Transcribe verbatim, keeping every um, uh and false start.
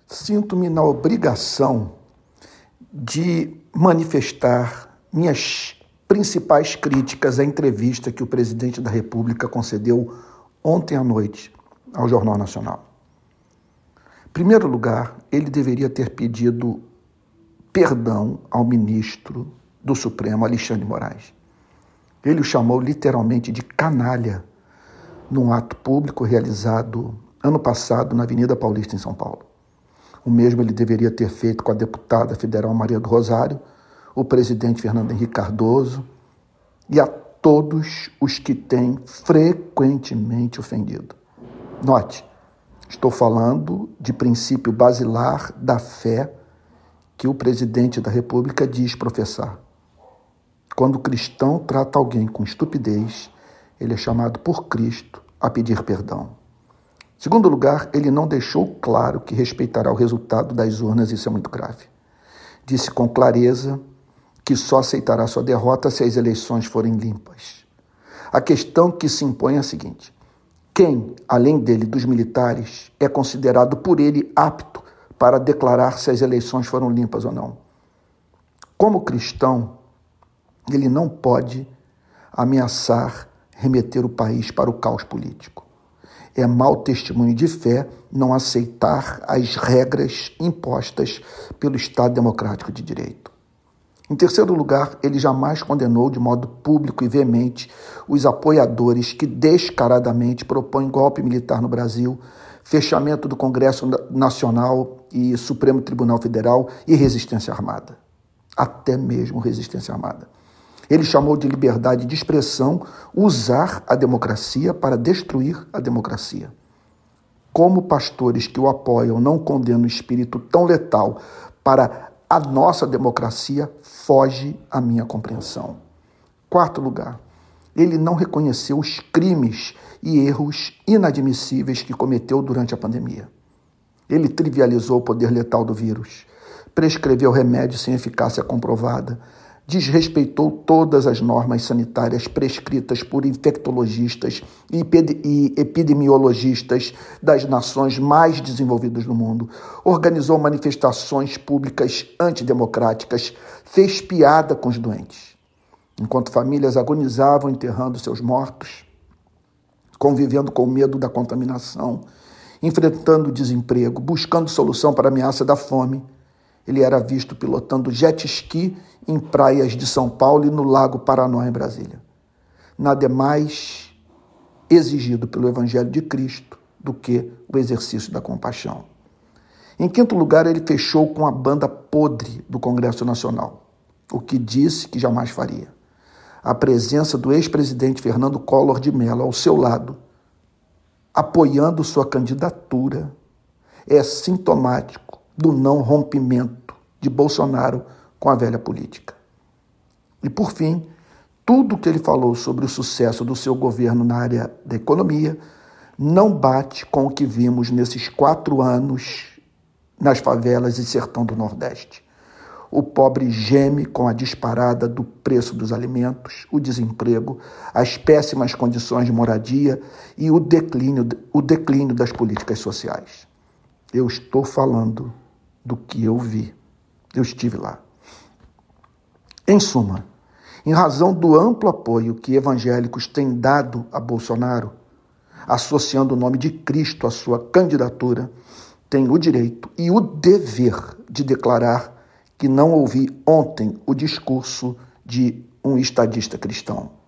Sinto-me na obrigação de manifestar minhas principais críticas à entrevista que o presidente da República concedeu ontem à noite ao Jornal Nacional. Em primeiro lugar, ele deveria ter pedido perdão ao ministro do Supremo, Alexandre de Moraes. Ele o chamou literalmente de canalha num ato público realizado ano passado na Avenida Paulista, em São Paulo. O mesmo ele deveria ter feito com a deputada federal Maria do Rosário, o presidente Fernando Henrique Cardoso e a todos os que têm frequentemente ofendido. Note, estou falando de princípio basilar da fé que o presidente da República diz professar. Quando o cristão trata alguém com estupidez, ele é chamado por Cristo a pedir perdão. Em segundo lugar, ele não deixou claro que respeitará o resultado das urnas, isso é muito grave. Disse com clareza que só aceitará sua derrota se as eleições forem limpas. A questão que se impõe é a seguinte: quem, além dele, dos militares, é considerado por ele apto para declarar se as eleições foram limpas ou não? Como cristão, ele não pode ameaçar remeter o país para o caos político. É mau testemunho de fé não aceitar as regras impostas pelo Estado Democrático de Direito. Em terceiro lugar, ele jamais condenou de modo público e veemente os apoiadores que descaradamente propõem golpe militar no Brasil, fechamento do Congresso Nacional e Supremo Tribunal Federal e resistência armada. Até mesmo resistência armada. Ele chamou de liberdade de expressão usar a democracia para destruir a democracia. Como pastores que o apoiam não condenam o espírito tão letal para a nossa democracia, foge à minha compreensão. Quarto lugar, ele não reconheceu os crimes e erros inadmissíveis que cometeu durante a pandemia. Ele trivializou o poder letal do vírus, prescreveu remédios sem eficácia comprovada, desrespeitou todas as normas sanitárias prescritas por infectologistas e epidemiologistas das nações mais desenvolvidas do mundo, organizou manifestações públicas antidemocráticas, fez piada com os doentes. Enquanto famílias agonizavam enterrando seus mortos, convivendo com o medo da contaminação, enfrentando o desemprego, buscando solução para a ameaça da fome, ele era visto pilotando jet ski em praias de São Paulo e no Lago Paranoá, em Brasília. Nada é mais exigido pelo Evangelho de Cristo do que o exercício da compaixão. Em quinto lugar, ele fechou com a banda podre do Congresso Nacional, o que disse que jamais faria. A presença do ex-presidente Fernando Collor de Mello ao seu lado, apoiando sua candidatura, é sintomático do não rompimento de Bolsonaro com a velha política. E, por fim, tudo o que ele falou sobre o sucesso do seu governo na área da economia não bate com o que vimos nesses quatro anos nas favelas e sertão do Nordeste. O pobre geme com a disparada do preço dos alimentos, o desemprego, as péssimas condições de moradia e o declínio, o declínio das políticas sociais. Eu estou falando do que eu vi. Eu estive lá. Em suma, em razão do amplo apoio que evangélicos têm dado a Bolsonaro, associando o nome de Cristo à sua candidatura, tenho o direito e o dever de declarar que não ouvi ontem o discurso de um estadista cristão.